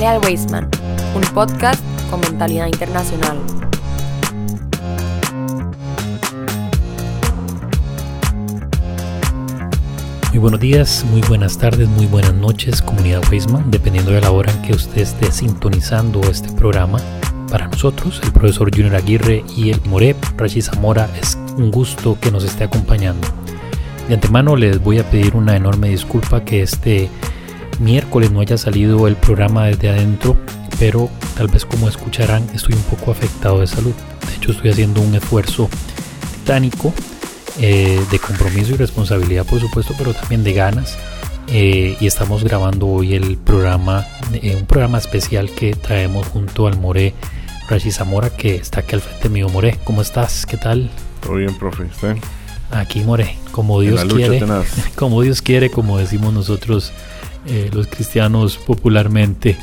Súmale al Weisman, un podcast con mentalidad internacional. Muy buenos días, muy buenas tardes, muy buenas noches, comunidad Weisman, dependiendo de la hora en que usted esté sintonizando este programa. Para nosotros, el profesor Junior Aguirre y el More, Rashi Zamora, es un gusto que nos esté acompañando. De antemano les voy a pedir una enorme disculpa que este miércoles no haya salido el programa desde adentro, pero tal vez como escucharán estoy un poco afectado de salud. De hecho estoy haciendo un esfuerzo titánico de compromiso y responsabilidad, por supuesto, pero también de ganas, y estamos grabando hoy el programa, un programa especial que traemos junto al More Rashi Zamora, que está aquí al frente mío. More, ¿cómo estás? ¿Qué tal? Todo bien, profe. ¿Usted? Aquí, More, como Dios quiere, como Dios quiere, como decimos nosotros los cristianos popularmente.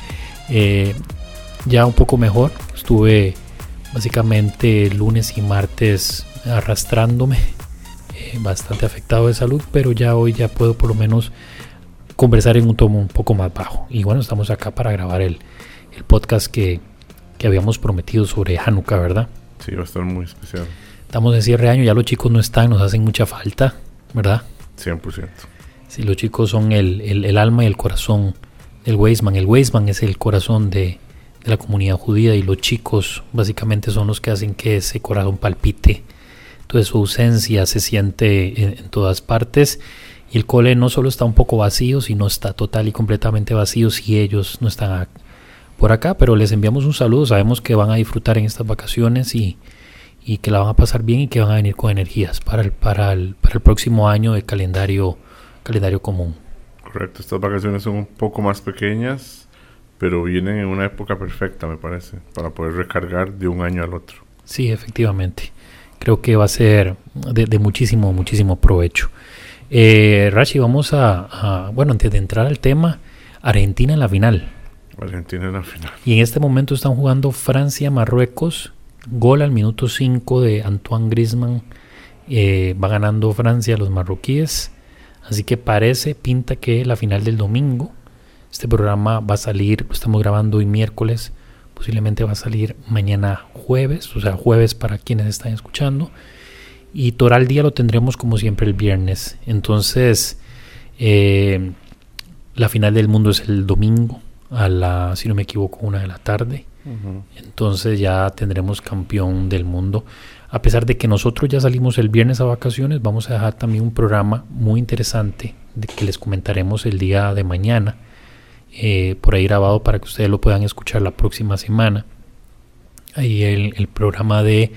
Ya un poco mejor. Estuve básicamente lunes y martes arrastrándome, bastante afectado de salud, pero ya hoy ya puedo por lo menos conversar en un tono un poco más bajo. Y bueno, estamos acá para grabar el podcast que habíamos prometido sobre Hanukkah, ¿verdad? Sí, va a estar muy especial. Estamos en cierre de año, ya los chicos no están, nos hacen mucha falta, ¿verdad? 100%. Sí, los chicos son el alma y el corazón del Weisman. El Weisman es el corazón de la comunidad judía, y los chicos básicamente son los que hacen que ese corazón palpite. Entonces su ausencia se siente en todas partes, y el cole no solo está un poco vacío, sino está total y completamente vacío si ellos no están por acá. Pero les enviamos un saludo, sabemos que van a disfrutar en estas vacaciones y que la van a pasar bien, y que van a venir con energías para el próximo año de calendario común. Correcto, estas vacaciones son un poco más pequeñas, pero vienen en una época perfecta, me parece, para poder recargar de un año al otro. Sí, efectivamente. Creo que va a ser de muchísimo provecho. Rashi, vamos bueno, antes de entrar al tema, Argentina en la final. Argentina en la final. Y en este momento están jugando Francia-Marruecos. Gol al minuto 5 de Antoine Griezmann. Va ganando Francia a los marroquíes. Así que pinta que la final del domingo. Este programa va a salir, lo estamos grabando hoy miércoles. Posiblemente va a salir mañana jueves, o sea, jueves para quienes están escuchando. Y Toral Día lo tendremos como siempre el viernes. Entonces, la final del mundo es el domingo a si no me equivoco, 1 de la tarde. Uh-huh. Entonces ya tendremos campeón del mundo. A pesar de que nosotros ya salimos el viernes a vacaciones, vamos a dejar también un programa muy interesante que les comentaremos el día de mañana. Por ahí grabado para que ustedes lo puedan escuchar la próxima semana. Ahí el programa de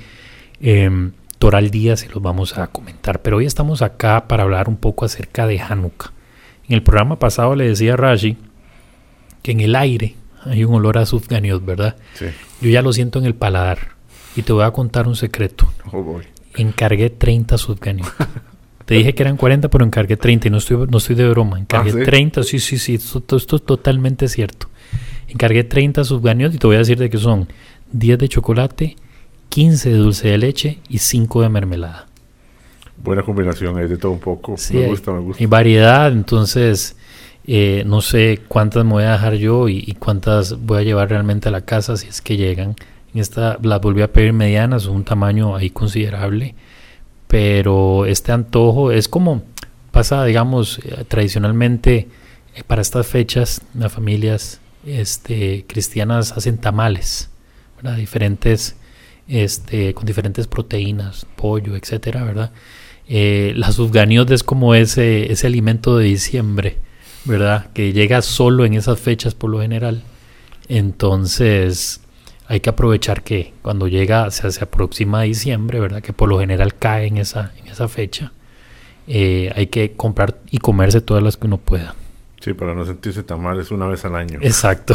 Toral Día se los vamos a comentar, pero hoy estamos acá para hablar un poco acerca de Hanukkah. En el programa pasado le decía a Rashi que en el aire hay un olor a sufganiot, ¿verdad? Sí. Yo ya lo siento en el paladar, y te voy a contar un secreto. Oh boy. Encargué 30 sufganiot. Te dije que eran 40, pero encargué 30 y no estoy de broma. Encargué ¿sí? 30, sí. Esto es totalmente cierto. Encargué 30 sufganiot y te voy a decir de qué son: 10 de chocolate, 15 de dulce de leche y 5 de mermelada. Buena combinación, hay de todo un poco. Sí, me gusta. Hay variedad, entonces no sé cuántas me voy a dejar yo y cuántas voy a llevar realmente a la casa si es que llegan. En esta las volví a pedir medianas, un tamaño ahí considerable. Pero este antojo es como pasa, digamos, tradicionalmente para estas fechas, las familias cristianas hacen tamales, ¿verdad? Diferentes, con diferentes proteínas, pollo, etcétera, ¿verdad? La sufganiot es como ese alimento de diciembre, ¿verdad? Que llega solo en esas fechas por lo general. Entonces hay que aprovechar que cuando se aproxima a diciembre, ¿verdad? Que por lo general cae en esa fecha. Hay que comprar y comerse todas las que uno pueda. Sí, para no sentirse tan mal, es una vez al año. Exacto.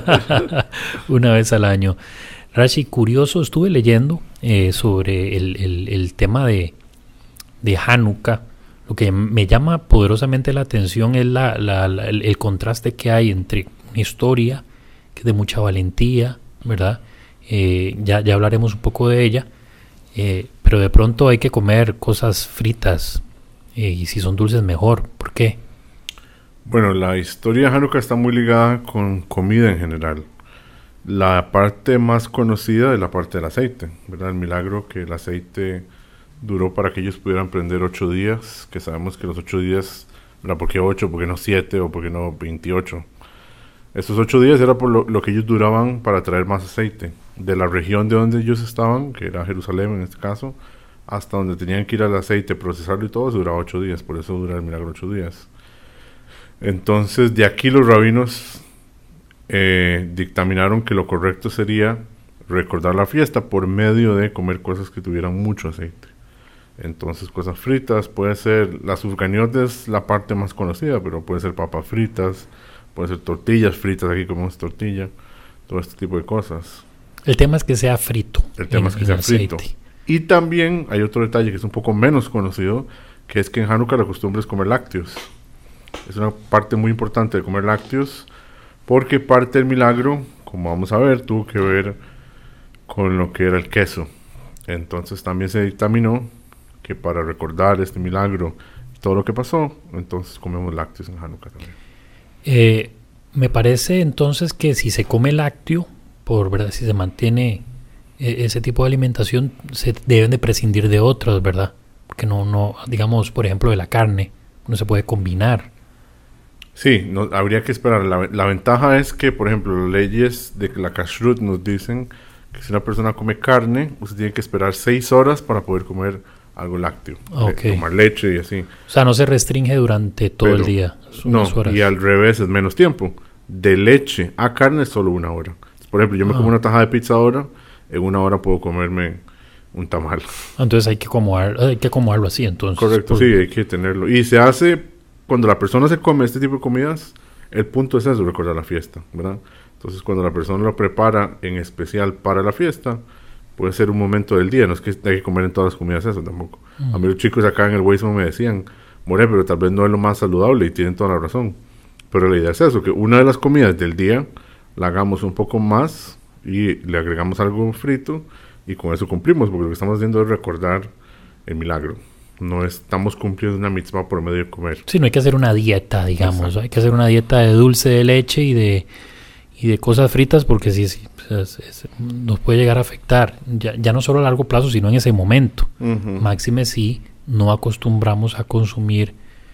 Una vez al año. Rashi, curioso, estuve leyendo sobre el tema de Hanukkah. Lo que me llama poderosamente la atención es el contraste que hay entre una historia que es de mucha valentía, ¿verdad? Ya hablaremos un poco de ella, pero de pronto hay que comer cosas fritas, y si son dulces mejor. ¿Por qué? Bueno, la historia de Hanukkah está muy ligada con comida en general. La parte más conocida es la parte del aceite, ¿verdad? El milagro que el aceite duró para que ellos pudieran prender 8 días, que sabemos que los 8 días, ¿verdad? ¿Por qué 8? ¿Por qué no 7? ¿O por qué no 28? Esos 8 días era por lo que ellos duraban para traer más aceite. De la región de donde ellos estaban, que era Jerusalén en este caso, hasta donde tenían que ir al aceite, procesarlo y todo, se duraba 8 días. Por eso dura el milagro 8 días. Entonces, de aquí los rabinos dictaminaron que lo correcto sería recordar la fiesta por medio de comer cosas que tuvieran mucho aceite. Entonces, cosas fritas, puede ser, la sufganiot es la parte más conocida, pero puede ser papas fritas, puede ser tortillas fritas, aquí comemos tortilla, todo este tipo de cosas. El tema es que sea frito. El tema es que sea frito. Y también hay otro detalle que es un poco menos conocido, que es que en Hanukkah la costumbre es comer lácteos. Es una parte muy importante de comer lácteos, porque parte del milagro, como vamos a ver, tuvo que ver con lo que era el queso. Entonces también se dictaminó que para recordar este milagro y todo lo que pasó, entonces comemos lácteos en Hanukkah también. Me parece entonces que si se come lácteo, ¿verdad? Si se mantiene ese tipo de alimentación, se deben de prescindir de otras, ¿verdad? Porque no, digamos, por ejemplo, de la carne, no se puede combinar. Sí, no, habría que esperar. La ventaja es que, por ejemplo, las leyes de la kashrut nos dicen que si una persona come carne, usted tiene que esperar 6 horas para poder comer algo lácteo. Okay. Tomar leche y así. O sea, no se restringe durante todo el día. No, horas. Y al revés es menos tiempo. De leche a carne es solo 1 hora. Por ejemplo, yo me como una tajada de pizza ahora, en 1 hora puedo comerme un tamal. Entonces hay que acomodarlo así, entonces. Correcto, sí, hay que tenerlo. Y se hace, cuando la persona se come este tipo de comidas, el punto es eso, recordar la fiesta, ¿verdad? Entonces, cuando la persona lo prepara en especial para la fiesta, puede ser un momento del día, no es que hay que comer en todas las comidas eso tampoco. A mí los chicos acá en el Weisman me decían, More, pero tal vez no es lo más saludable, y tienen toda la razón. Pero la idea es eso, que una de las comidas del día la hagamos un poco más y le agregamos algo frito y con eso cumplimos, porque lo que estamos haciendo es recordar el milagro. No estamos cumpliendo una mitzvah por medio de comer. Sí, no hay que hacer una dieta, digamos. Exacto. Hay que hacer una dieta de dulce de leche y de cosas fritas, porque sí, nos puede llegar a afectar. Ya no solo a largo plazo, sino en ese momento. Uh-huh. Máxime si no acostumbramos a consumir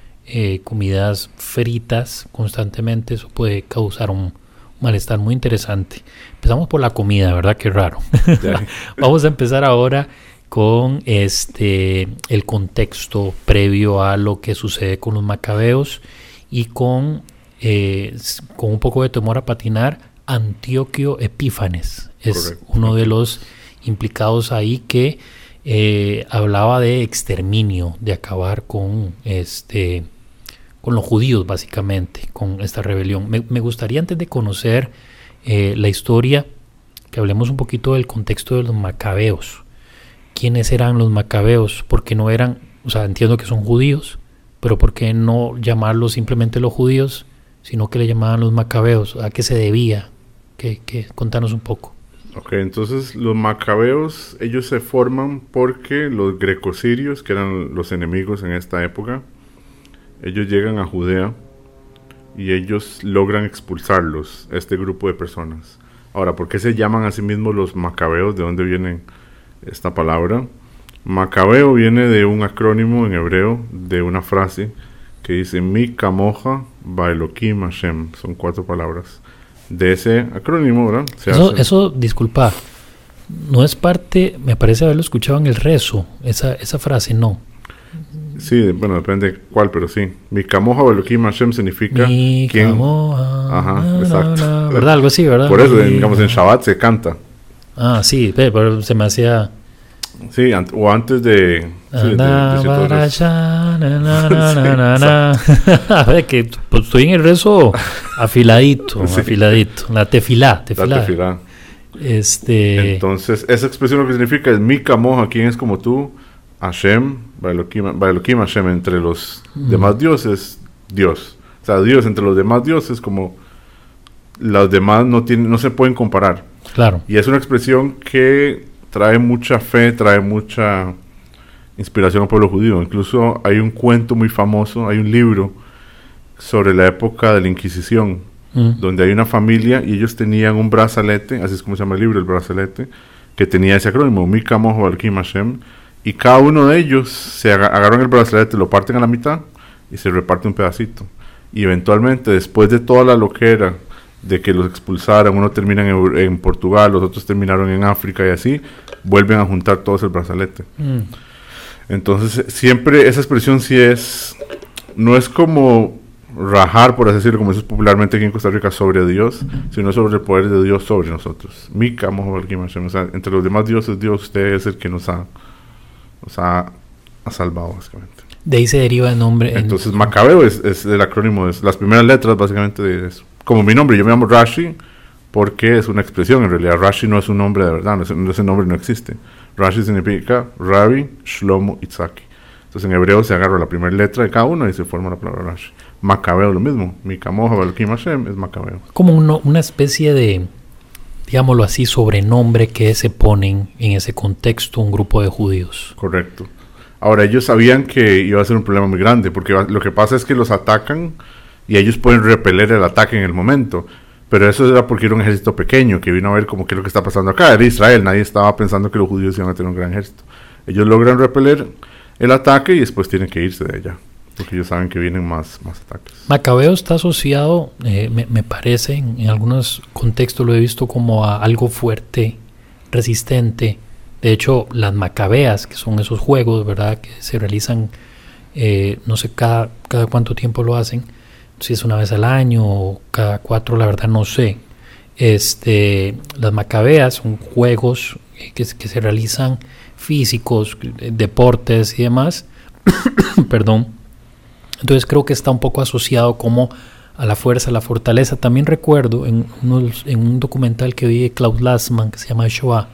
comidas fritas constantemente, eso puede causar un malestar muy interesante. Empezamos por la comida, ¿verdad? Qué raro. Vamos a empezar ahora con el contexto previo a lo que sucede con los macabeos y con un poco de temor a patinar, Antíoco Epífanes es correcto. Uno de los implicados ahí que hablaba de exterminio, de acabar con los judíos, básicamente, con esta rebelión. Me gustaría, antes de conocer la historia, que hablemos un poquito del contexto de los macabeos. ¿Quiénes eran los macabeos? ¿Por qué no eran? O sea, entiendo que son judíos, pero ¿por qué no llamarlos simplemente los judíos, sino que le llamaban los macabeos? ¿A qué se debía? Contanos un poco. Ok, entonces los macabeos, ellos se forman porque los grecosirios, que eran los enemigos en esta época, ellos llegan a Judea y ellos logran expulsarlos, este grupo de personas. Ahora, ¿por qué se llaman a sí mismos los macabeos? ¿De dónde viene esta palabra? Macabeo viene de un acrónimo en hebreo, de una frase que dice Mi kamoja Baelokim Hashem. Son 4 palabras de ese acrónimo, ¿verdad? Eso, disculpa, no es parte, me parece haberlo escuchado en el rezo, esa frase, no. Sí, bueno, depende de cuál, pero sí. Mi kamoja Baelokim Hashem significa Mi quién. Kamoja, ajá, exacto. ¿Verdad? Algo así, ¿verdad? Por eso, digamos, en Shabbat se canta. Ah, sí, pero se me hacía... Sí, o antes de... A ver, que pues, estoy en el rezo afiladito, sí. Afiladito. La tefilá. La tefilá. Entonces, esa expresión lo que significa es Mi kamoja, ¿quién es como tú? Hashem, Baelokim Hashem, entre los demás dioses, Dios. O sea, Dios entre los demás dioses, como los demás no se pueden comparar. Claro. Y es una expresión que trae mucha fe, trae mucha inspiración al pueblo judío. Incluso hay un cuento muy famoso, hay un libro sobre la época de la Inquisición, donde hay una familia y ellos tenían un brazalete, así es como se llama el libro, el brazalete, que tenía ese acrónimo, Mika Mojo Alkim Hashem, y cada uno de ellos se agarran el brazalete, lo parten a la mitad y se reparte un pedacito. Y eventualmente, después de toda la loquera de que los expulsaran, uno termina en Portugal, los otros terminaron en África y así, vuelven a juntar todos el brazalete. Entonces, siempre esa expresión sí no es como rajar, por así decirlo, como eso es popularmente aquí en Costa Rica, sobre Dios, sino sobre el poder de Dios sobre nosotros. Mika Mojo Alkim Hashem, o sea, entre los demás dioses, Dios, usted es el que nos ha salvado, básicamente. De ahí se deriva el nombre. Entonces, Macabeo es el acrónimo, es las primeras letras, básicamente, de eso. Como mi nombre, yo me llamo Rashi, porque es una expresión, en realidad. Rashi no es un nombre de verdad, ese nombre no existe. Rashi significa Rabbi Shlomo Itzhaki. Entonces, en hebreo se agarra la primera letra de cada uno y se forma la palabra Rashi. Macabeo, lo mismo. Mika Mojo Alkim Hashem es Macabeo. Como una especie de, digámoslo así, sobrenombre que se ponen en ese contexto un grupo de judíos. Correcto. Ahora, ellos sabían que iba a ser un problema muy grande, porque lo que pasa es que los atacan y ellos pueden repeler el ataque en el momento. Pero eso era porque era un ejército pequeño, que vino a ver como qué es lo que está pasando acá. Era Israel, nadie estaba pensando que los judíos iban a tener un gran ejército. Ellos logran repeler el ataque y después tienen que irse de allá, porque ellos saben que vienen más ataques. Macabeo está asociado, me parece, en algunos contextos lo he visto como a algo fuerte, resistente. De hecho, las macabeas, que son esos juegos, ¿verdad?, que se realizan, no sé cada cuánto tiempo lo hacen, si es una vez al año o cada 4, la verdad no sé. Las macabeas son juegos que se realizan físicos, deportes y demás. Perdón. Entonces creo que está un poco asociado como a la fuerza, a la fortaleza. También recuerdo en un documental que vi de Klaus Lassmann que se llama Shoah,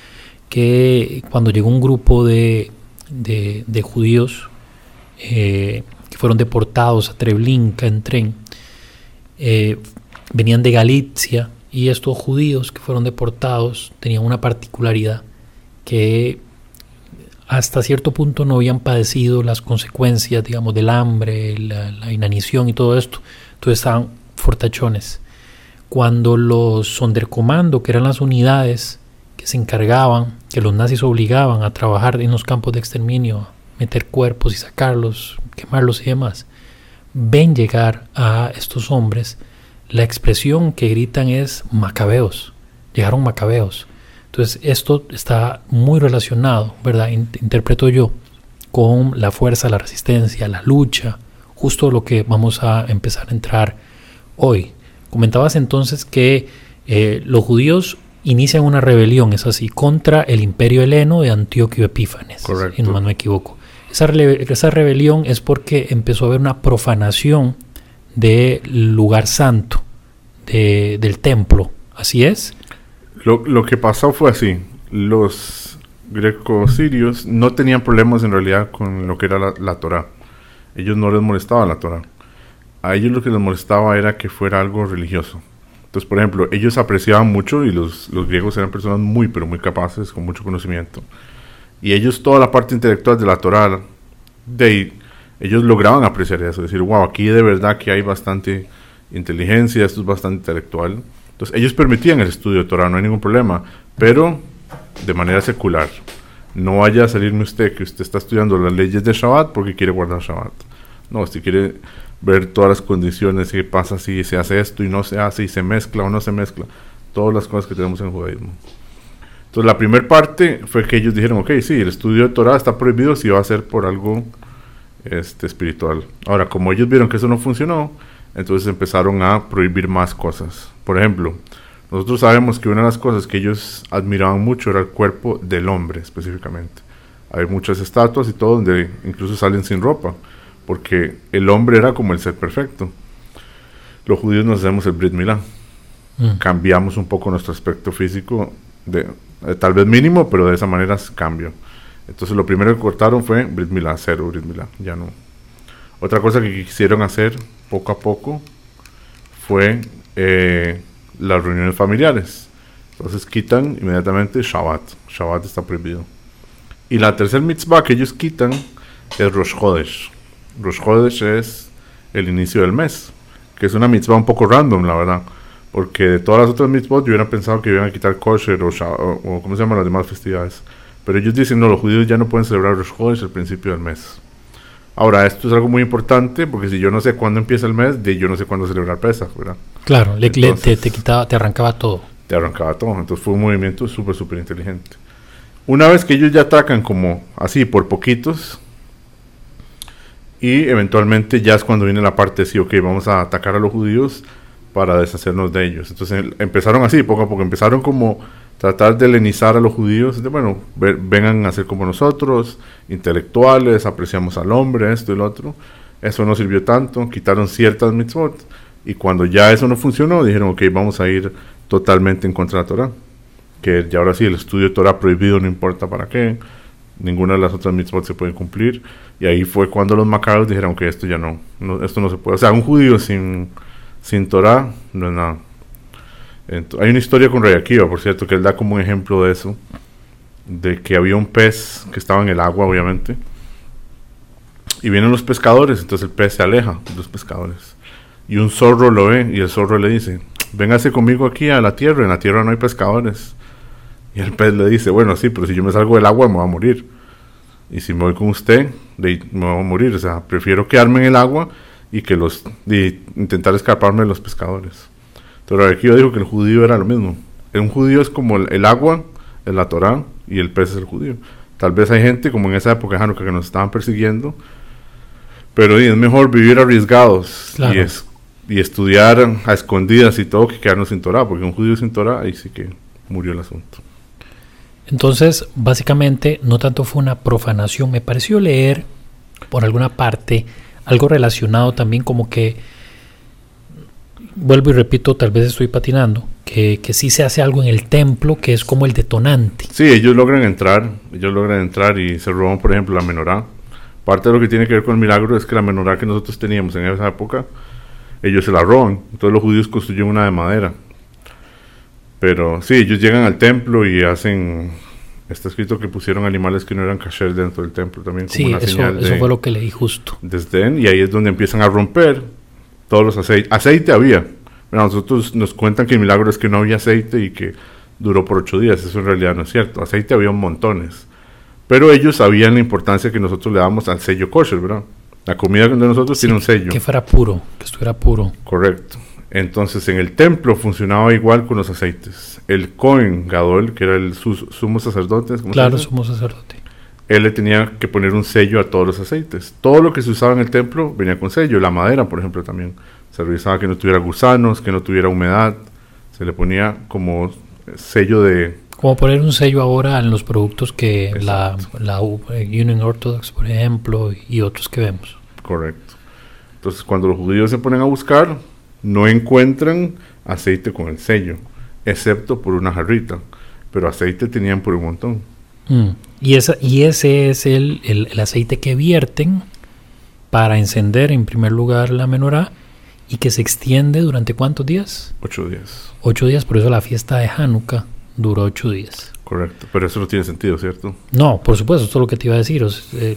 que cuando llegó un grupo de judíos que fueron deportados a Treblinka en tren, venían de Galicia, y estos judíos que fueron deportados tenían una particularidad, que hasta cierto punto no habían padecido las consecuencias, digamos, del hambre, la inanición y todo esto. Entonces estaban fortachones. Cuando los Sonderkommando, que eran las unidades que se encargaban, que los nazis obligaban a trabajar en los campos de exterminio, meter cuerpos y sacarlos, quemarlos y demás, ven llegar a estos hombres, la expresión que gritan es macabeos, llegaron macabeos. Entonces esto está muy relacionado, ¿verdad? Interpreto yo, con la fuerza, la resistencia, la lucha, justo lo que vamos a empezar a entrar hoy. Comentabas entonces que los judíos inician una rebelión, es así, contra el imperio heleno de Antíoco Epífanes. Correcto. Si no me equivoco. Esa rebelión es porque empezó a haber una profanación del lugar santo, del templo. ¿Así es? Lo que pasó fue así. Los greco-sirios no tenían problemas en realidad con lo que era la Torá. Ellos no les molestaba la Torá. A ellos lo que les molestaba era que fuera algo religioso. Entonces, por ejemplo, ellos apreciaban mucho, y los griegos eran personas muy, pero muy capaces, con mucho conocimiento. Y ellos, toda la parte intelectual de la Torá, ellos lograban apreciar eso. Decir, wow, aquí de verdad que hay bastante inteligencia, esto es bastante intelectual. Entonces, ellos permitían el estudio de Torá, no hay ningún problema, pero de manera secular. No vaya a salirme usted que usted está estudiando las leyes de Shabbat porque quiere guardar Shabbat. No, usted quiere ver todas las condiciones, qué pasa si se hace esto y no se hace, y se mezcla o no se mezcla. Todas las cosas que tenemos en el judaísmo. Entonces, la primera parte fue que ellos dijeron, ok, sí, el estudio de Torá está prohibido si va a ser por algo espiritual. Ahora, como ellos vieron que eso no funcionó, entonces empezaron a prohibir más cosas. Por ejemplo, nosotros sabemos que una de las cosas que ellos admiraban mucho era el cuerpo del hombre, específicamente. Hay muchas estatuas y todo donde incluso salen sin ropa, porque el hombre era como el ser perfecto. Los judíos nos hacemos el Brit Milá. Cambiamos un poco nuestro aspecto físico, tal vez mínimo, pero de esa manera cambio. Entonces lo primero que cortaron fue Brit Milá, 0 Brit Milá, ya no. Otra cosa que quisieron hacer poco a poco fue las reuniones familiares. Entonces quitan inmediatamente Shabbat. Shabbat está prohibido. Y la tercera mitzvah que ellos quitan es Rosh Chodesh. Rosh Chodesh es el inicio del mes, que es una mitzvah un poco random, la verdad, porque de todas las otras mitzvot yo hubiera pensado que iban a quitar kosher o ¿cómo se llaman las demás festividades? Pero ellos dicen, no, los judíos ya no pueden celebrar Rosh Chodesh al principio del mes. Ahora, esto es algo muy importante, porque si yo no sé cuándo empieza el mes, yo no sé cuándo celebrar Pesach, ¿verdad? Claro, te arrancaba todo. Te arrancaba todo, entonces fue un movimiento súper inteligente. Una vez que ellos ya atacan como así, por poquitos, y eventualmente ya es cuando viene la parte, sí, ok, vamos a atacar a los judíos para deshacernos de ellos. Entonces empezaron así, poco a poco, empezaron como tratar de helenizar a los judíos, de, bueno, vengan a ser como nosotros, intelectuales, apreciamos al hombre, esto y lo otro. Eso no sirvió tanto, quitaron ciertas mitzvot, y cuando ya eso no funcionó, dijeron, ok, vamos a ir totalmente en contra de la Torah, que ya ahora sí, el estudio de Torah prohibido, no importa para qué, ninguna de las otras mitzvot se puede cumplir, y ahí fue cuando los macabeos dijeron que esto ya no, esto no se puede, o sea, un judío sin Torah no es nada. Hay una historia con Rey Akiva, por cierto, que él da como un ejemplo de eso, de que había un pez que estaba en el agua, obviamente, y vienen los pescadores, entonces el pez se aleja de los pescadores, y un zorro lo ve, y el zorro le dice, véngase conmigo aquí a la tierra, en la tierra no hay pescadores. Y el pez le dice, bueno, sí, pero si yo me salgo del agua me voy a morir, y si me voy con usted, me voy a morir, o sea, prefiero quedarme en el agua y intentar escaparme de los pescadores. Entonces aquí yo digo que el judío era lo mismo. Un judío es como el agua, es la Torah, y el pez es el judío. Tal vez hay gente, como en esa época de Hanukkah, que nos estaban persiguiendo, pero es mejor vivir arriesgados, claro, y estudiar a escondidas y todo, que quedarnos sin Torah, porque un judío sin Torah, ahí sí que murió el asunto. Entonces, básicamente, no tanto fue una profanación. Me pareció leer, por alguna parte, algo relacionado también como que, vuelvo y repito, tal vez estoy patinando, que sí se hace algo en el templo que es como el detonante. Sí, ellos logran entrar y se roban, por ejemplo, la menorá. Parte de lo que tiene que ver con el milagro es que la menorá que nosotros teníamos en esa época, ellos se la roban. Entonces los judíos construyen una de madera. Pero sí, ellos llegan al templo y hacen... Está escrito que pusieron animales que no eran kasher dentro del templo también. Como sí, una señal eso fue lo que leí justo. Desdén, y ahí es donde empiezan a romper todos los aceites. Aceite había. Bueno, nosotros nos cuentan que el milagro es que no había aceite y que duró por 8 días. Eso en realidad no es cierto. Aceite había montones. Pero ellos sabían la importancia que nosotros le damos al sello kosher, ¿verdad? La comida de nosotros tiene un sello. Que fuera puro, que estuviera puro. Correcto. Entonces, en el templo funcionaba igual con los aceites. El Cohen Gadol, que era el sumo sacerdote, claro, sumo sacerdote, él le tenía que poner un sello a todos los aceites. Todo lo que se usaba en el templo venía con sello. La madera, por ejemplo, también. Se revisaba que no tuviera gusanos, que no tuviera humedad. Se le ponía como sello de... Como poner un sello ahora en los productos que la Union Orthodox, por ejemplo, y otros que vemos. Correcto. Entonces, cuando los judíos se ponen a buscar, no encuentran aceite con el sello, excepto por una jarrita, pero aceite tenían por un montón. Y ese es el aceite que vierten para encender en primer lugar la menorá, y que se extiende durante ¿cuántos días? 8 días. 8 días, por eso la fiesta de Hanukkah duró 8 días. Correcto, pero eso no tiene sentido, ¿cierto? No, por supuesto, esto es lo que te iba a decir.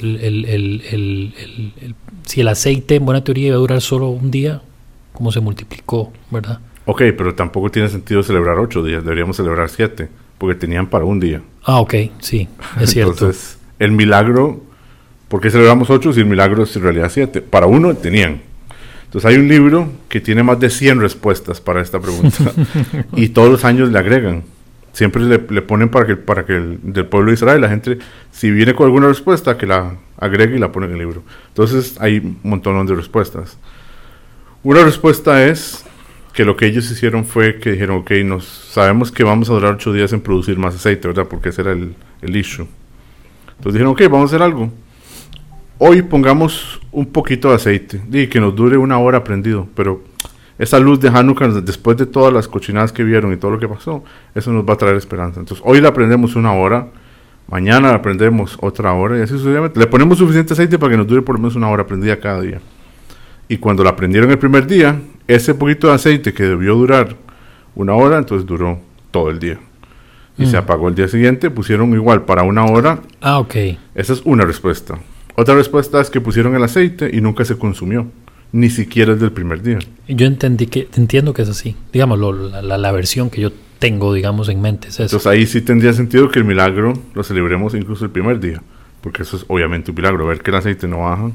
Si el aceite en buena teoría iba a durar solo un día, ¿cómo se multiplicó, verdad? Ok, pero tampoco tiene sentido celebrar 8 días, deberíamos celebrar 7, porque tenían para un día. Ah, ok, sí, es cierto. Entonces, el milagro, ¿por qué celebramos 8 si el milagro es en realidad 7? Para uno tenían. Entonces hay un libro que tiene más de 100 respuestas para esta pregunta y todos los años le agregan. Siempre le ponen para que del pueblo de Israel, la gente, si viene con alguna respuesta, que la agregue y la pone en el libro. Entonces hay un montón de respuestas. Una respuesta es que lo que ellos hicieron fue que dijeron, ok, sabemos que vamos a durar 8 días en producir más aceite, ¿verdad? Porque ese era el issue. Entonces dijeron, ok, vamos a hacer algo. Hoy pongamos un poquito de aceite y que nos dure 1 hora prendido, pero esa luz de Hanukkah, después de todas las cochinadas que vieron y todo lo que pasó, eso nos va a traer esperanza. Entonces hoy la prendemos 1 hora, mañana la prendemos otra hora y así sucesivamente. Le ponemos suficiente aceite para que nos dure por lo menos 1 hora prendida cada día. Y cuando la prendieron el primer día, ese poquito de aceite que debió durar 1 hora, entonces duró todo el día. Y se apagó el día siguiente, pusieron igual para 1 hora. Ah, ok. Esa es una respuesta. Otra respuesta es que pusieron el aceite y nunca se consumió. ni siquiera es del primer día. Yo entiendo que es así. Digamos, la versión que yo tengo, digamos, en mente es esa. Entonces ahí sí tendría sentido que el milagro lo celebremos incluso el primer día, porque eso es obviamente un milagro, ver que el aceite no baja.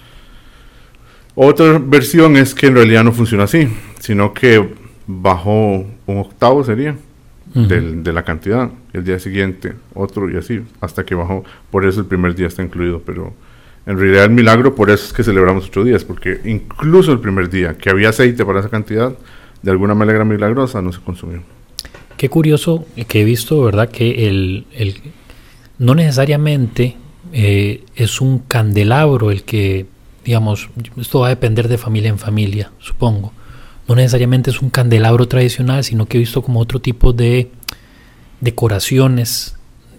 Otra versión es que en realidad no funciona así, sino que bajó un octavo, sería, de la cantidad. El día siguiente otro y así, hasta que bajó. Por eso el primer día está incluido, pero en realidad el milagro, por eso es que celebramos 8 días, porque incluso el primer día que había aceite para esa cantidad, de alguna manera milagrosa, no se consumió. Qué curioso que he visto, ¿verdad? Que no necesariamente es un candelabro el que, digamos, esto va a depender de familia en familia, supongo. No necesariamente es un candelabro tradicional, sino que he visto como otro tipo de decoraciones.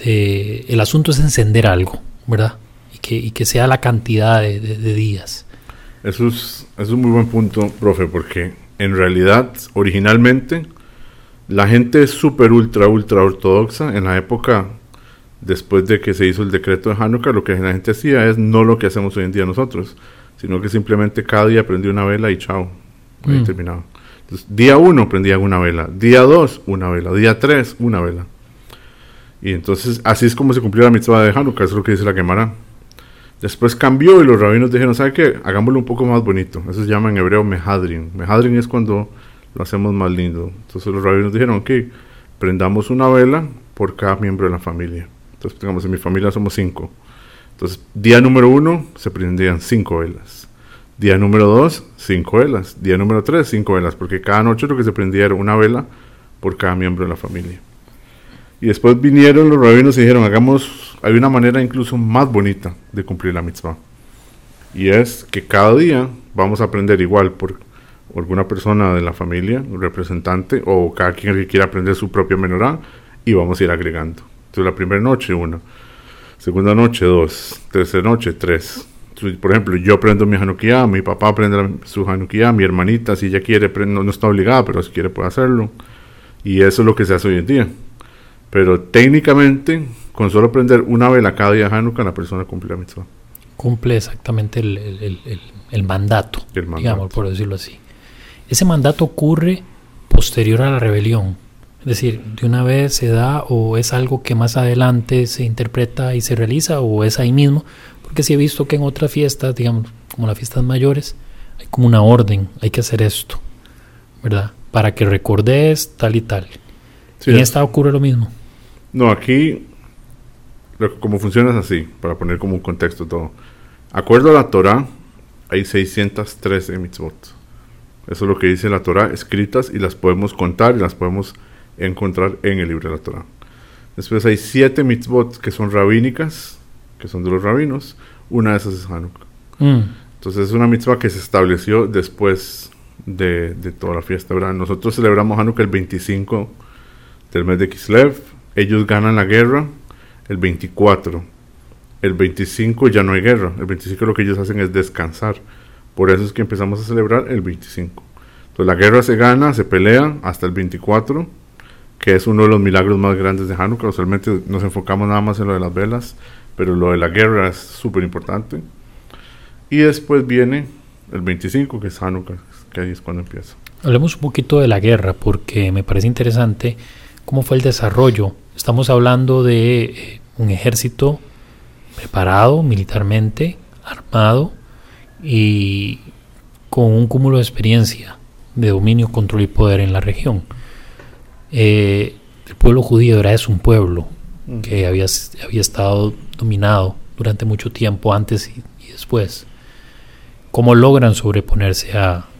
El asunto es encender algo, ¿verdad? Y que sea la cantidad de días. Eso es un muy buen punto, profe, porque en realidad, originalmente, la gente es súper ultra ortodoxa. En la época, después de que se hizo el decreto de Hanukkah, lo que la gente hacía es no lo que hacemos hoy en día nosotros, sino que simplemente cada día prendía una vela y chao, ahí terminaba. Entonces, día 1 prendían una vela, día 2 una vela, día 3 una vela. Y entonces así es como se cumplió la mitzvah de Hanukkah, eso es lo que dice la Gemara. Después cambió y los rabinos dijeron, ¿sabe qué? Hagámoslo un poco más bonito. Eso se llama en hebreo mehadrin. Mehadrin es cuando lo hacemos más lindo. Entonces los rabinos dijeron, ok, prendamos una vela por cada miembro de la familia. Entonces, digamos, en mi familia somos 5. Entonces, día número 1 se prendían 5 velas. Día número 2, 5 velas. Día número 3, 5 velas. Porque cada noche lo que se prendía era una vela por cada miembro de la familia. Y después vinieron los rabinos y dijeron, hay una manera incluso más bonita de cumplir la mitzvah. Y es que cada día vamos a aprender igual por alguna persona de la familia, un representante, o cada quien que quiera aprender su propia menorá, y vamos a ir agregando. Entonces la primera noche 1, segunda noche 2, tercera noche 3. Entonces, por ejemplo, yo aprendo mi Hanukkah, mi papá aprende su Hanukkah, mi hermanita, si ella quiere, no está obligada, pero si quiere puede hacerlo. Y eso es lo que se hace hoy en día. Pero técnicamente, con solo prender una vela cada día de Hanukkah, la persona cumple la mitzvah. Cumple exactamente el mandato, digamos, por decirlo así. Ese mandato ocurre posterior a la rebelión. Es decir, ¿de una vez se da o es algo que más adelante se interpreta y se realiza o es ahí mismo? Porque sí he visto que en otras fiestas, digamos, como las fiestas mayores, hay como una orden, hay que hacer esto, ¿verdad? Para que recordes tal y tal. Sí, ¿en esta ocurre lo mismo? No, aquí como funciona es así, para poner como un contexto todo. Acuerdo a la Torah, hay 613 mitzvot. Eso es lo que dice la Torah, escritas, y las podemos contar y las podemos encontrar en el libro de la Torah. Después hay 7 mitzvot que son rabínicas, que son de los rabinos. Una de esas es Hanukkah. Entonces es una mitzvah que se estableció después de toda la fiesta, ¿verdad? Nosotros celebramos Hanukkah el 25 del mes de Kislev. Ellos ganan la guerra el 24. El 25 ya no hay guerra. El 25 lo que ellos hacen es descansar. Por eso es que empezamos a celebrar el 25. Entonces la guerra se gana, se pelea hasta el 24, que es uno de los milagros más grandes de Hanukkah. Usualmente nos enfocamos nada más en lo de las velas, pero lo de la guerra es súper importante. Y después viene el 25, que es Hanukkah, que ahí es cuando empieza. Hablemos un poquito de la guerra, porque me parece interesante cómo fue el desarrollo. Estamos hablando de un ejército preparado militarmente, armado y con un cúmulo de experiencia de dominio, control y poder en la región. El pueblo judío es un pueblo que había estado dominado durante mucho tiempo, antes y después. ¿Cómo logran sobreponerse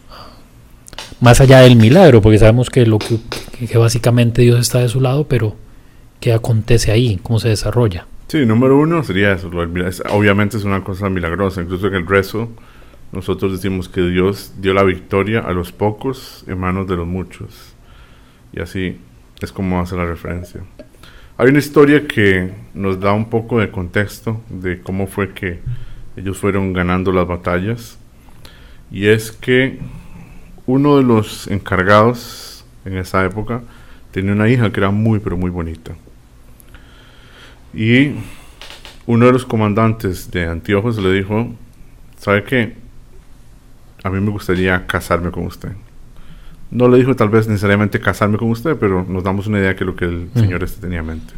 más allá del milagro? Porque sabemos que que básicamente Dios está de su lado, pero ¿qué acontece ahí? ¿Cómo se desarrolla? Sí, número 1 sería eso. Obviamente es una cosa milagrosa. Incluso en el rezo nosotros decimos que Dios dio la victoria a los pocos en manos de los muchos. Y así es como hace la referencia. Hay una historia que nos da un poco de contexto de cómo fue que ellos fueron ganando las batallas. Y es que uno de los encargados en esa época tenía una hija que era muy, pero muy bonita. Y uno de los comandantes de Antíoco le dijo, ¿sabe qué? a mí me gustaría casarme con usted. No le dijo tal vez necesariamente casarme con usted, pero nos damos una idea de que lo que el señor tenía en mente.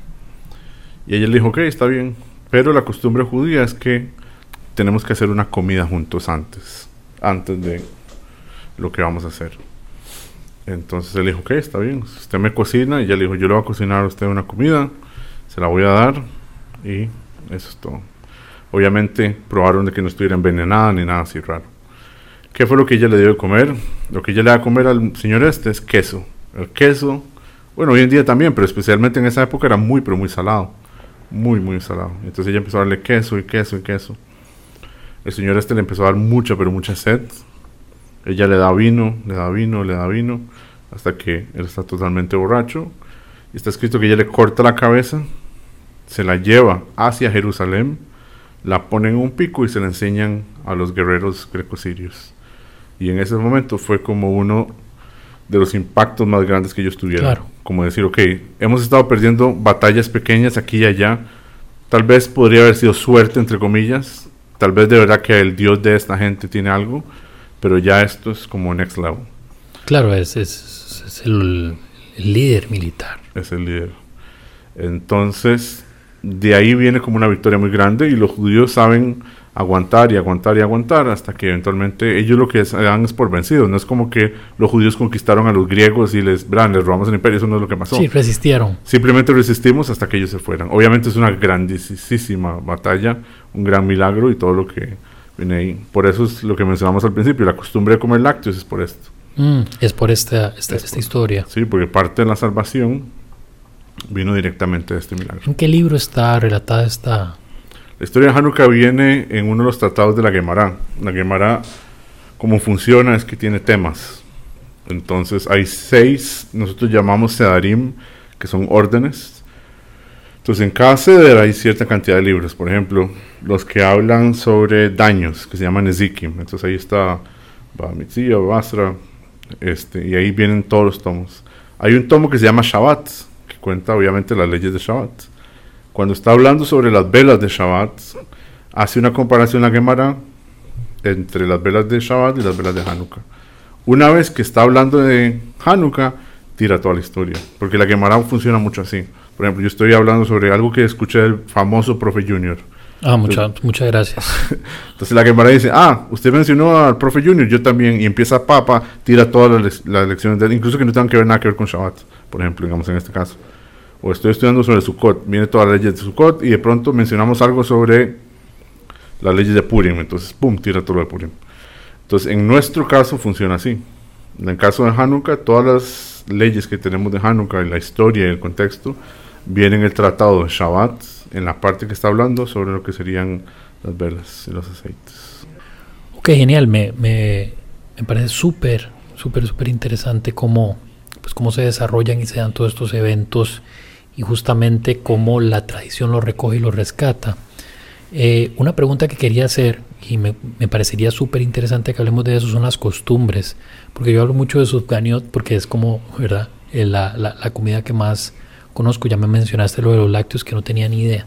Y ella le dijo, ok, está bien, pero la costumbre judía es que tenemos que hacer una comida juntos antes de lo que vamos a hacer. Entonces él dijo, ok, está bien, usted me cocina, y ella le dijo, yo le voy a cocinar a usted una comida, se la voy a dar, y eso es todo. Obviamente probaron de que no estuviera envenenada ni nada así raro. ¿Qué fue lo que ella le dio de comer? Lo que ella le da a comer al señor es queso. El queso, bueno, hoy en día también, pero especialmente en esa época era muy, pero muy salado. Muy, muy salado. Entonces ella empezó a darle queso y queso y queso. El señor le empezó a dar mucha, pero mucha sed. Ella le da vino, le da vino, le da vino, hasta que él está totalmente borracho. Y está escrito que ella le corta la cabeza, se la lleva hacia Jerusalén, la pone en un pico y se la enseñan a los guerreros greco-sirios. Y en ese momento fue como uno de los impactos más grandes que ellos tuvieron. Claro. Como decir, ok, hemos estado perdiendo batallas pequeñas aquí y allá. Tal vez podría haber sido suerte, entre comillas. Tal vez de verdad que el Dios de esta gente tiene algo. Pero ya esto es como next level. Claro, es el líder militar. Es el líder. Entonces, de ahí viene como una victoria muy grande. Y los judíos saben aguantar y aguantar y aguantar hasta que eventualmente ellos lo que dan es por vencidos. No es como que los judíos conquistaron a los griegos y les robamos el imperio. Eso no es lo que pasó. Sí, resistieron. Simplemente resistimos hasta que ellos se fueran. Obviamente es una grandísima batalla, un gran milagro y todo lo que viene ahí. Por eso es lo que mencionamos al principio, la costumbre de comer lácteos es por esto. Es por esta historia. Sí, porque parte de la salvación vino directamente de este milagro. ¿En qué libro está relatada esta? La historia de Hanukkah viene en uno de los tratados de la Gemara. La Gemara, como funciona, es que tiene temas. Entonces hay 6, nosotros llamamos Sedarim, que son órdenes. Entonces en cada Seder hay cierta cantidad de libros. Por ejemplo, los que hablan sobre daños, que se llaman Ezikim. Entonces ahí está Bamitzia, Basra, y ahí vienen todos los tomos. Hay un tomo que se llama Shabbat, que cuenta obviamente las leyes de Shabbat. Cuando está hablando sobre las velas de Shabbat, hace una comparación la Gemara entre las velas de Shabbat y las velas de Hanukkah. Una vez que está hablando de Hanukkah, tira toda la historia, porque la Gemara funciona mucho así. Por ejemplo, yo estoy hablando sobre algo que escuché del famoso Profe Junior. Muchas gracias. Entonces la Gemara dice, usted mencionó al Profe Junior, yo también, y empieza Papa, tira todas las lecciones de él, incluso que no tengan que ver nada que ver con Shabbat, por ejemplo, digamos en este caso. O estoy estudiando sobre Sukkot, viene todas las leyes de Sukkot, y de pronto mencionamos algo sobre las leyes de Purim, entonces, pum, tira todo lo de Purim. Entonces, en nuestro caso funciona así. En el caso de Hanukkah, todas las leyes que tenemos de Hanukkah, y la historia y el contexto, vienen en el tratado de Shabbat, en la parte que está hablando sobre lo que serían las velas y los aceites. Ok, genial. Me parece súper interesante cómo se desarrollan y se dan todos estos eventos y justamente cómo la tradición lo recoge y lo rescata. Una pregunta que quería hacer y me parecería súper interesante que hablemos de eso son las costumbres, porque yo hablo mucho de Sufganiot porque es como, ¿verdad? La comida que más conozco. Ya me mencionaste lo de los lácteos que no tenía ni idea.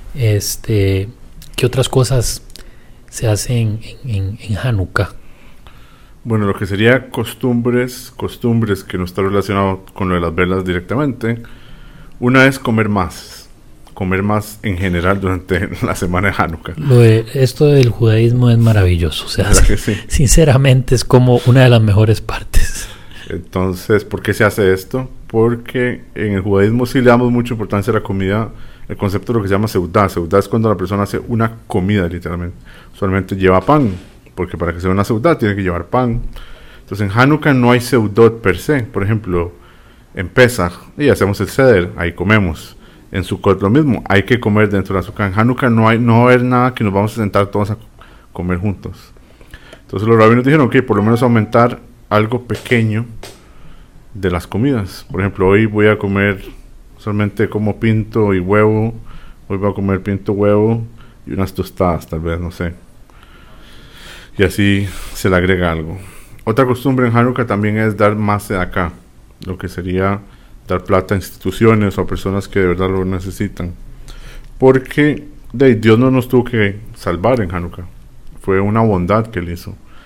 ¿Qué otras cosas se hacen en Hanukkah? Bueno, lo que sería costumbres que no está relacionado con lo de las velas directamente. Una es comer más en general durante la semana de Hanukkah. Esto del judaísmo es maravilloso, o sea, sí. Sinceramente es como una de las mejores partes. Entonces, ¿por qué se hace esto? Porque en el judaísmo sí le damos mucha importancia a la comida, el concepto de lo que se llama seudá. Seudá es cuando la persona hace una comida, literalmente. Usualmente lleva pan, porque para que sea una seudá tiene que llevar pan. Entonces en Hanukkah no hay seudot per se. Por ejemplo, en Pesach, y hacemos el seder, ahí comemos. En Sukkot lo mismo, hay que comer dentro de la Sukkah. En Hanukkah no va a haber nada que nos vamos a sentar todos a comer juntos. Entonces los rabinos dijeron que por lo menos aumentar algo pequeño de las comidas. Por ejemplo, hoy voy a comer, solamente como pinto y huevo. Hoy voy a comer pinto, huevo y unas tostadas, tal vez, no sé. Y así se le agrega algo. Otra costumbre en Hanukkah también es dar más de acá, lo que sería dar plata a instituciones o a personas que de verdad lo necesitan. Porque Dios no nos tuvo que salvar en Hanukkah. Fue una bondad que Él hizo.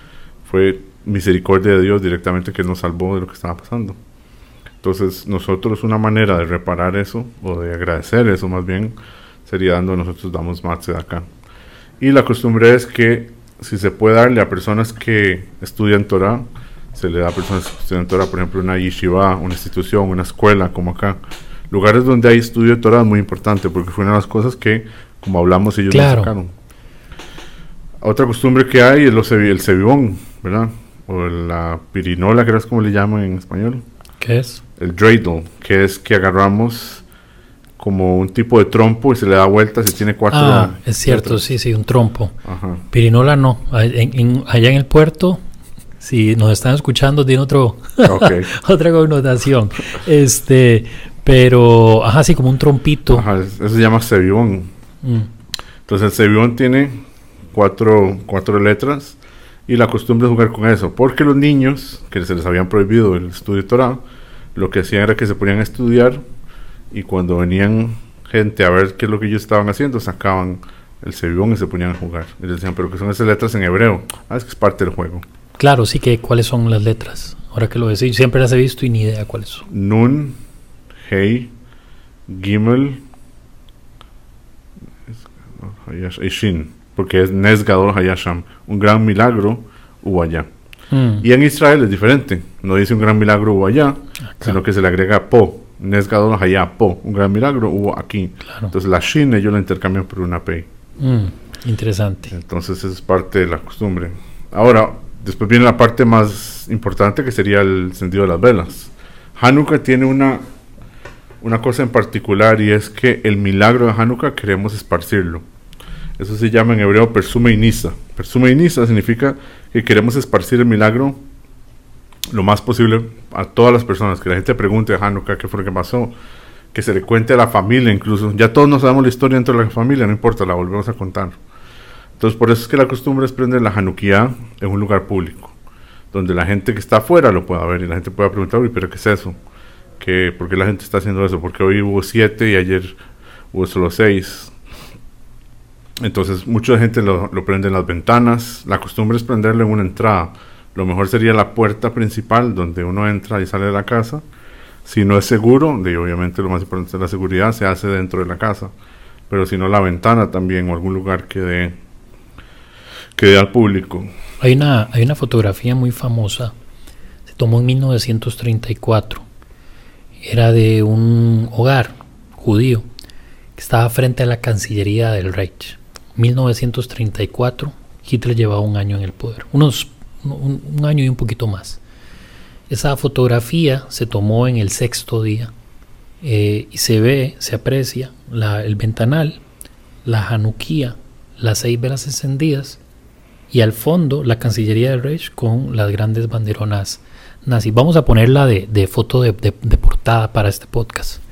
fue misericordia de Dios directamente que nos salvó de lo que estaba pasando. Entonces nosotros, una manera de reparar eso, o de agradecer eso más bien, sería nosotros damos matzah de acá. Y la costumbre es que si se puede darle a personas que estudian Torah, se le da a personas que estudian Torah, por ejemplo una yeshiva, una institución, una escuela como acá. Lugares donde hay estudio de Torah es muy importante porque fue una de las cosas que, como hablamos, ellos nos sacaron. Otra costumbre que hay es el cebibón, ¿verdad? O la pirinola, creo que es como le llaman en español. ¿Qué es? El dreidel, que es que agarramos como un tipo de trompo y se le da vueltas y tiene 4... es cierto, sí, un trompo. Ajá. Pirinola no. Allá en el puerto, si nos están escuchando, tiene otra connotación. Pero, sí, como un trompito. Ajá, eso se llama cebibón. Entonces el cebibón tiene 4 letras y la costumbre es jugar con eso, porque los niños, que se les habían prohibido el estudio de Torah, lo que hacían era que se ponían a estudiar y cuando venían gente a ver qué es lo que ellos estaban haciendo, sacaban el cebibón y se ponían a jugar. Y les decían, pero ¿qué son esas letras en hebreo? Es que es parte del juego. Claro, sí, que ¿cuáles son las letras? Ahora que lo decís, siempre las he visto y ni idea cuáles son. Nun, Hey, Gimel y Shin, porque es Nes Gadol Hayasham, un gran milagro hubo allá. Y en Israel es diferente, no dice un gran milagro hubo allá, sino que se le agrega Po, Nes Gadol Hayá, Po, un gran milagro hubo aquí. Claro. Entonces la Shin ellos la intercambian por una Pei. Interesante. Entonces es parte de la costumbre. Ahora, después viene la parte más importante, que sería el encendido de las velas. Hanukkah tiene una cosa en particular, y es que el milagro de Hanukkah queremos esparcirlo. Eso se llama en hebreo Persume y Nisa. Persume y Nisa significa que queremos esparcir el milagro lo más posible a todas las personas, que la gente pregunte a Hanukkah qué fue lo que pasó, que se le cuente a la familia incluso. Ya todos nos sabemos la historia dentro de la familia, no importa, la volvemos a contar. Entonces por eso es que la costumbre es prender la Hanukkah en un lugar público, donde la gente que está afuera lo pueda ver y la gente pueda preguntar, uy, pero ¿qué es eso? ¿Por qué la gente está haciendo eso? Porque hoy hubo 7 y ayer hubo solo 6. Entonces mucha gente lo prende en las ventanas. La costumbre es prenderlo en una entrada. Lo mejor sería la puerta principal donde uno entra y sale de la casa. Si no es seguro, obviamente lo más importante es la seguridad, se hace dentro de la casa. Pero si no, la ventana también, o algún lugar que dé al público. Hay una fotografía muy famosa, se tomó en 1934. Era de un hogar judío que estaba frente a la Cancillería del Reich. 1934, Hitler llevaba un año en el poder, un año y un poquito más. Esa fotografía se tomó en el 6º día y se aprecia el ventanal, la Hanukkah, las 6 velas encendidas y al fondo la Cancillería del Reich con las grandes banderonas nazis. Vamos a ponerla de foto de portada para este podcast,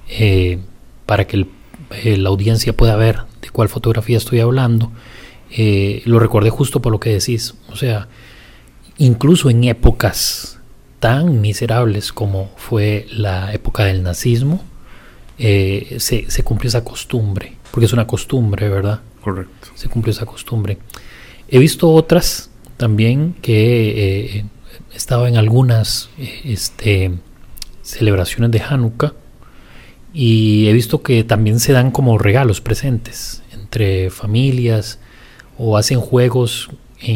para que la audiencia pueda ver de cuál fotografía estoy hablando. Lo recordé justo por lo que decís. O sea, incluso en épocas tan miserables como fue la época del nazismo, se cumplió esa costumbre, porque es una costumbre, ¿verdad? Correcto. Se cumplió esa costumbre. He visto otras también que he estado en algunas celebraciones de Hanukkah y he visto que también se dan como regalos, presentes entre familias, o hacen juegos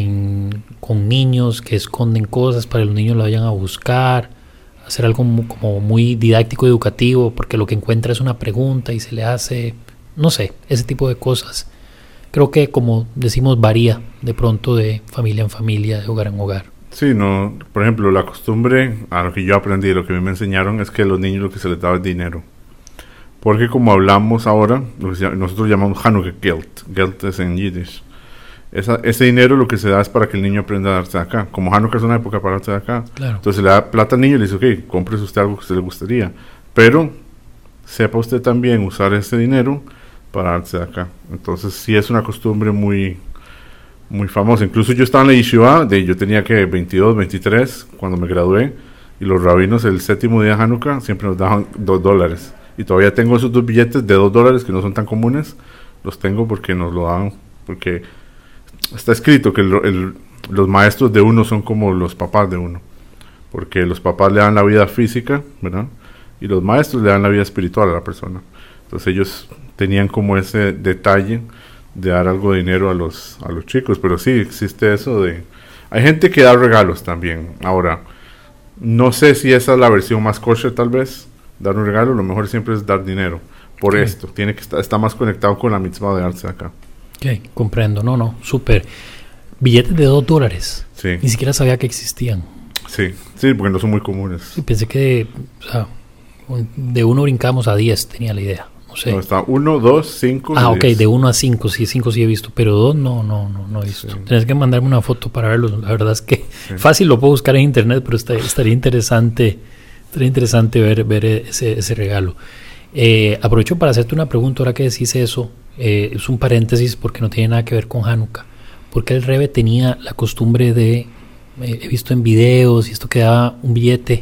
con niños que esconden cosas para que los niños lo vayan a buscar, hacer algo como muy didáctico, educativo, porque lo que encuentra es una pregunta y se le hace, no sé, ese tipo de cosas. Creo que, como decimos, varía de pronto de familia en familia, de hogar en hogar. Sí, no, por ejemplo, la costumbre, a lo que yo aprendí, lo que me enseñaron, es que a los niños lo que se les daba es dinero. Porque como hablamos ahora, nosotros llamamos Hanukkah Geld. Geld es en Yiddish. Ese dinero lo que se da es para que el niño aprenda a darse de acá. Como Hanukkah es una época para darse de acá. Claro. Entonces le da plata al niño y le dice, ok, cómprese usted algo que a usted le gustaría. Pero sepa usted también usar ese dinero para darse de acá. Entonces sí es una costumbre muy, muy famosa. Incluso yo estaba en la yeshiva, yo tenía que 22, 23 cuando me gradué, y los rabinos el 7º día de Hanukkah siempre nos daban $2. Y todavía tengo esos 2 billetes de $2 que no son tan comunes. Los tengo porque nos lo daban, porque está escrito que los maestros de uno son como los papás de uno, porque los papás le dan la vida física, ¿verdad? Y los maestros le dan la vida espiritual a la persona. Entonces ellos tenían como ese detalle de dar algo de dinero a los chicos, pero sí existe eso de... Hay gente que da regalos también. Ahora, no sé si esa es la versión más kosher tal vez, dar un regalo, lo mejor siempre es dar dinero. Por esto, tiene que está más conectado con la mitzvah de darse acá. Ok, comprendo, no, súper. Billetes de $2. Sí. Ni siquiera sabía que existían. Sí, porque no son muy comunes. Sí, pensé que de 1 brincamos a 10, tenía la idea. No sé. No, está 1, 2, 5. Ok, de 1 a 5, sí, 5 sí he visto, pero 2 no he visto. Sí. Tienes que mandarme una foto para verlos. La verdad es que fácil lo puedo buscar en internet, pero estaría interesante ver ese regalo. Aprovecho para hacerte una pregunta ahora que decís eso. Es un paréntesis porque no tiene nada que ver con Hanukkah. Porque el Rebbe tenía la costumbre de, he visto en videos, y esto que daba un billete,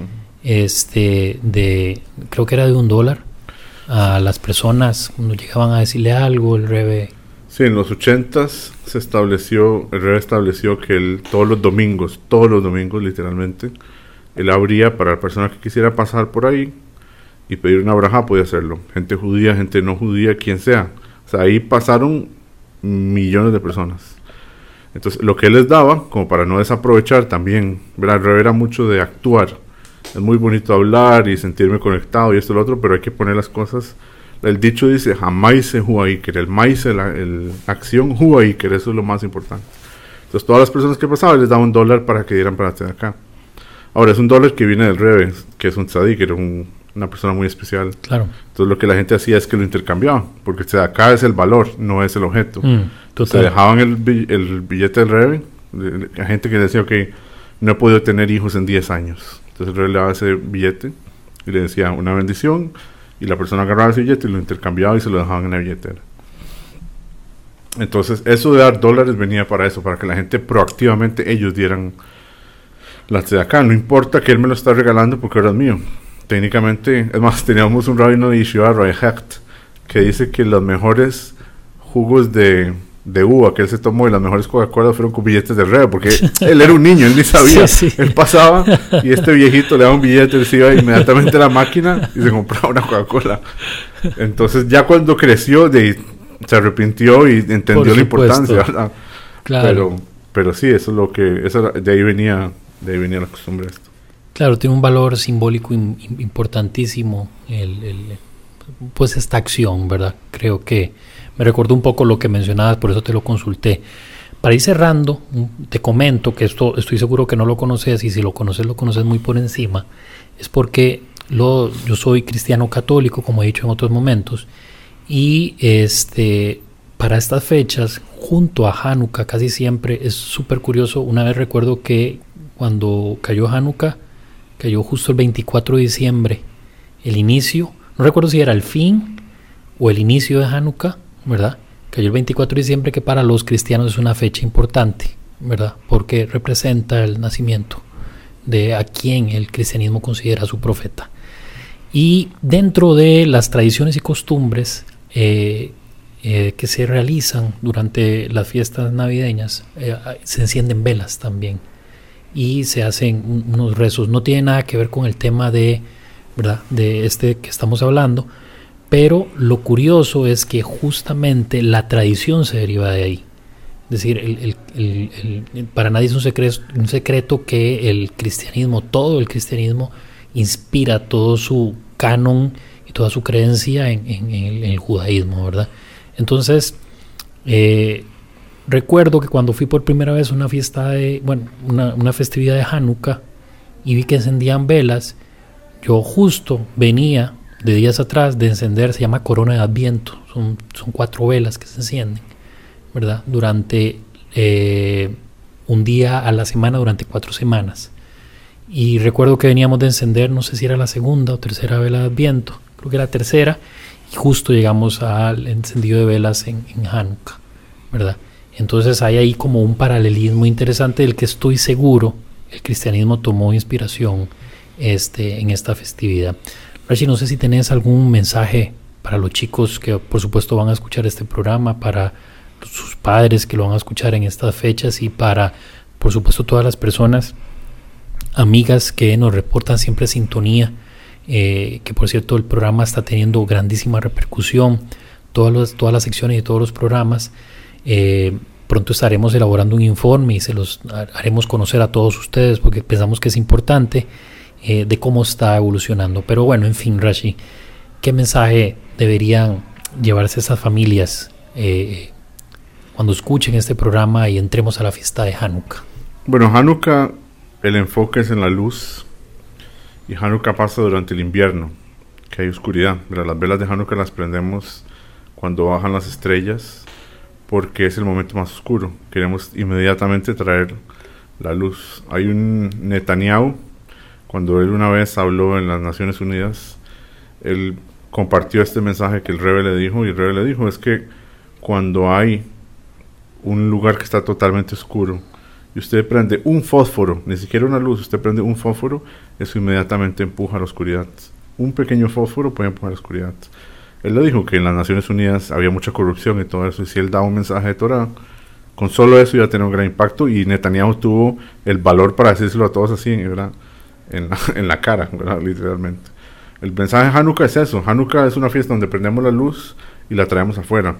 creo que era de $1 a las personas cuando llegaban a decirle algo, el Rebbe. Sí, en los 80s el Rebbe estableció que todos los domingos literalmente, él abría para la persona que quisiera pasar por ahí y pedir una braja, podía hacerlo. Gente judía, gente no judía, quien sea. O sea, ahí pasaron millones de personas. Entonces, lo que él les daba, como para no desaprovechar también, ¿verdad? El Rebbe era mucho de actuar. Es muy bonito hablar y sentirme conectado y esto y lo otro, pero hay que poner las cosas. El dicho dice, jamás se huaiker, el maíz, la acción huaiker, eso es lo más importante. Entonces, todas las personas que pasaban les daba $1 para que dieran para hacer acá. Ahora, es $1 que viene del Rebbe, que es un tzadik, que era una persona muy especial. Claro. Entonces, lo que la gente hacía es que lo intercambiaban, porque acá es el valor, no es el objeto. Se dejaban el billete del Rebbe, la gente que decía, ok, no he podido tener hijos en 10 años. Entonces el Rebbe le daba ese billete y le decía una bendición, y la persona agarraba ese billete y lo intercambiaba y se lo dejaban en la billetera. Entonces eso de dar $, venía para eso, para que la gente proactivamente ellos dieran la tzedakah. No importa que él me lo está regalando porque ahora es mío. Técnicamente, es más, teníamos un rabino de Yeshiva, Rabbi Hecht, que dice que los mejores jugos de uva que él se tomó y las mejores Coca-Cola fueron con billetes de Rebbe, porque él era un niño, él ni sabía. Sí. Él pasaba y este viejito le daba un billete, él se iba inmediatamente a la máquina y se compraba una Coca-Cola. Entonces ya cuando creció se arrepintió y entendió la importancia, ¿verdad? Claro. Pero sí, eso es lo que de ahí venía la costumbre de esto. Claro, tiene un valor simbólico importantísimo pues esta acción, ¿verdad? Creo que me recordó un poco lo que mencionabas, por eso te lo consulté. Para ir cerrando, te comento que esto estoy seguro que no lo conoces, y si lo conoces muy por encima. Es porque yo soy cristiano católico, como he dicho en otros momentos, y para estas fechas, junto a Hanukkah, casi siempre es súper curioso. Una vez recuerdo que cuando cayó Hanukkah, cayó justo el 24 de diciembre, el inicio, no recuerdo si era el fin o el inicio de Hanukkah, ¿verdad? Cayó el 24 de diciembre, que para los cristianos es una fecha importante, ¿verdad? Porque representa el nacimiento de a quien el cristianismo considera su profeta. Y dentro de las tradiciones y costumbres que se realizan durante las fiestas navideñas, se encienden velas también y se hacen unos rezos. No tiene nada que ver con el tema ¿verdad? De que estamos hablando, pero lo curioso es que justamente la tradición se deriva de ahí. Es decir, para nadie es un secreto que todo el cristianismo inspira todo su canon y toda su creencia en el judaísmo, ¿verdad? Entonces, recuerdo que cuando fui por primera vez a una fiesta una festividad de Hanukkah y vi que encendían velas, yo justo venía de días atrás de encender, se llama corona de Adviento, son 4 velas que se encienden, ¿verdad? Durante un día a la semana, durante 4 semanas. Y recuerdo que veníamos de encender, no sé si era la segunda o tercera vela de Adviento, creo que era tercera, y justo llegamos al encendido de velas en Hanukkah, ¿verdad? Entonces hay ahí como un paralelismo interesante del que estoy seguro el cristianismo tomó inspiración en esta festividad. Rashi, no sé si tenés algún mensaje para los chicos que por supuesto van a escuchar este programa, para sus padres que lo van a escuchar en estas fechas, y para por supuesto todas las personas, amigas que nos reportan siempre sintonía, que por cierto el programa está teniendo grandísima repercusión, todas las secciones y todos los programas. Pronto estaremos elaborando un informe y se los haremos conocer a todos ustedes porque pensamos que es importante de cómo está evolucionando. Pero bueno, en fin, Rashi, ¿qué mensaje deberían llevarse esas familias cuando escuchen este programa y entremos a la fiesta de Hanukkah? Bueno, Hanukkah, el enfoque es en la luz, y Hanukkah pasa durante el invierno, que hay oscuridad. Pero las velas de Hanukkah las prendemos cuando bajan las estrellas, porque es el momento más oscuro. Queremos inmediatamente traer la luz. Hay un Netanyahu, cuando él una vez habló en las Naciones Unidas, él compartió este mensaje que el Rebbe le dijo, y el Rebbe le dijo, es que cuando hay un lugar que está totalmente oscuro y usted prende un fósforo, ni siquiera una luz, usted prende un fósforo, eso inmediatamente empuja a la oscuridad. Un pequeño fósforo puede empujar a la oscuridad. Él le dijo que en las Naciones Unidas había mucha corrupción y todo eso, y si él daba un mensaje de Torah, con solo eso iba a tener un gran impacto, y Netanyahu tuvo el valor para decírselo a todos así, ¿verdad? En la cara, ¿verdad? Literalmente. El mensaje de Hanukkah es eso. Hanukkah es una fiesta donde prendemos la luz y la traemos afuera.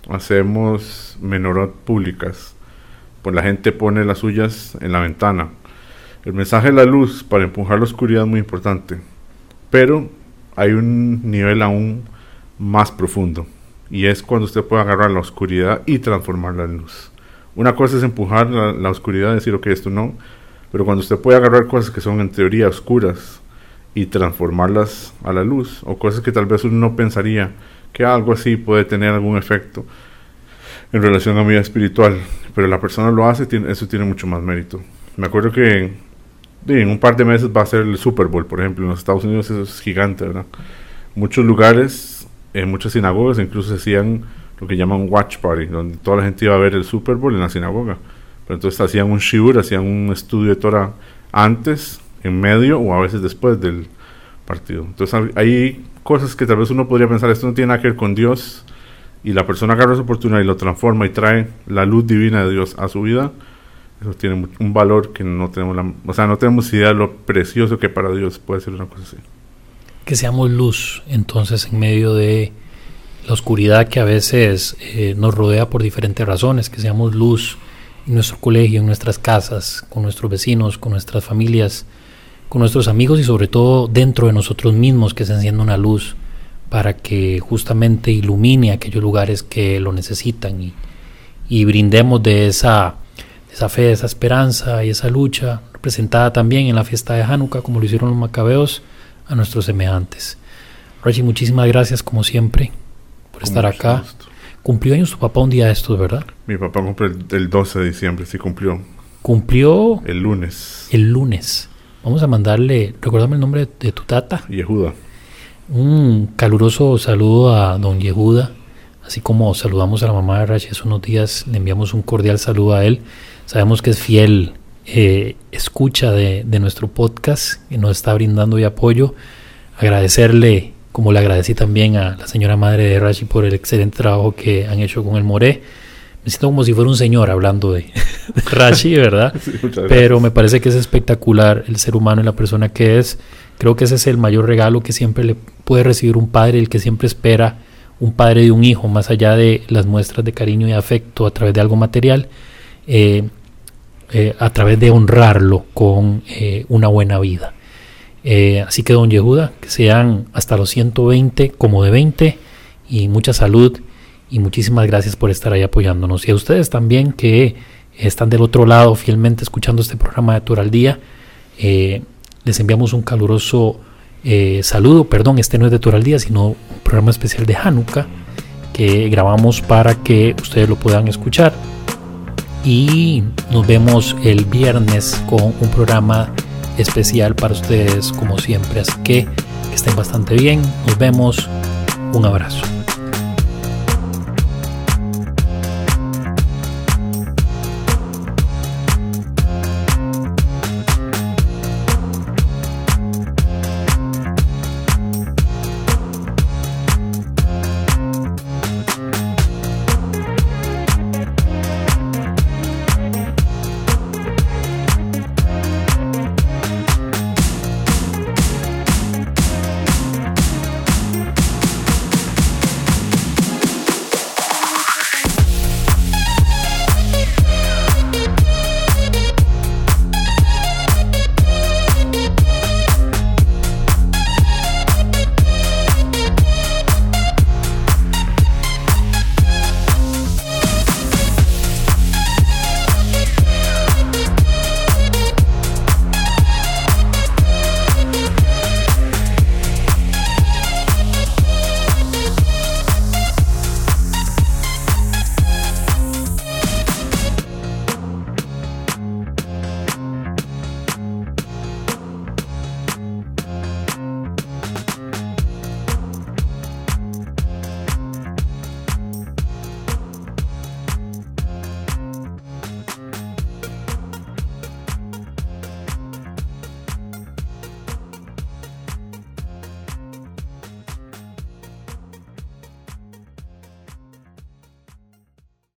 Hacemos menorot públicas, pues la gente pone las suyas en la ventana. El mensaje de la luz para empujar la oscuridad es muy importante, pero hay un nivel aún más profundo, y es cuando usted puede agarrar la oscuridad y transformarla en luz. Una cosa es empujar la oscuridad y decir, ok, esto no, pero cuando usted puede agarrar cosas que son en teoría oscuras y transformarlas a la luz, o cosas que tal vez uno no pensaría que algo así puede tener algún efecto en relación a mi vida espiritual, pero la persona lo hace, eso tiene mucho más mérito. Me acuerdo que en un par de meses va a ser el Super Bowl, por ejemplo, en los Estados Unidos. Eso es gigante, ¿verdad? Muchos lugares, en muchas sinagogas, incluso se hacían lo que llaman watch party, donde toda la gente iba a ver el Super Bowl en la sinagoga. Pero entonces hacían un shiur, hacían un estudio de Torah antes, en medio o a veces después del partido. Entonces hay cosas que tal vez uno podría pensar, esto no tiene nada que ver con Dios, y la persona agarra esa oportunidad y lo transforma y trae la luz divina de Dios a su vida. Eso tiene un valor que no tenemos no tenemos idea de lo precioso que para Dios puede ser una cosa así. Que seamos luz entonces en medio de la oscuridad que a veces nos rodea por diferentes razones, que seamos luz en nuestro colegio, en nuestras casas, con nuestros vecinos, con nuestras familias, con nuestros amigos, y sobre todo dentro de nosotros mismos, que se encienda una luz para que justamente ilumine aquellos lugares que lo necesitan, y brindemos de esa fe, esa esperanza y esa lucha representada también en la fiesta de Hanukkah, como lo hicieron los macabeos, a nuestros semejantes. Rashi, muchísimas gracias como siempre por estar acá. Cumplió años tu papá un día de estos, ¿verdad? Mi papá cumple el 12 de diciembre, sí cumplió. Cumplió el lunes. Vamos a mandarle, recuérdame el nombre de tu tata. Yehuda. Un caluroso saludo a don Yehuda, así como saludamos a la mamá de Rashi hace unos días, le enviamos un cordial saludo a él. Sabemos que es fiel escucha de nuestro podcast, que nos está brindando y apoyo. Agradecerle, como le agradecí también a la señora madre de Rashi por el excelente trabajo que han hecho con el Moré. Me siento como si fuera un señor hablando de Rashi, ¿verdad? Sí, pero me parece que es espectacular el ser humano y la persona que es. Creo que ese es el mayor regalo que siempre le puede recibir un padre, el que siempre espera un padre de un hijo, más allá de las muestras de cariño y afecto a través de algo material, a través de honrarlo con una buena vida. Así que don Yehuda, que sean hasta los 120 como de 20, y mucha salud, y muchísimas gracias por estar ahí apoyándonos. Y a ustedes también que están del otro lado fielmente escuchando este programa de Torah al Día, les enviamos un caluroso saludo. Este no es de Torah al Día, sino un programa especial de Hanukkah que grabamos para que ustedes lo puedan escuchar, y nos vemos el viernes con un programa especial para ustedes como siempre. Así que estén bastante bien, nos vemos, un abrazo.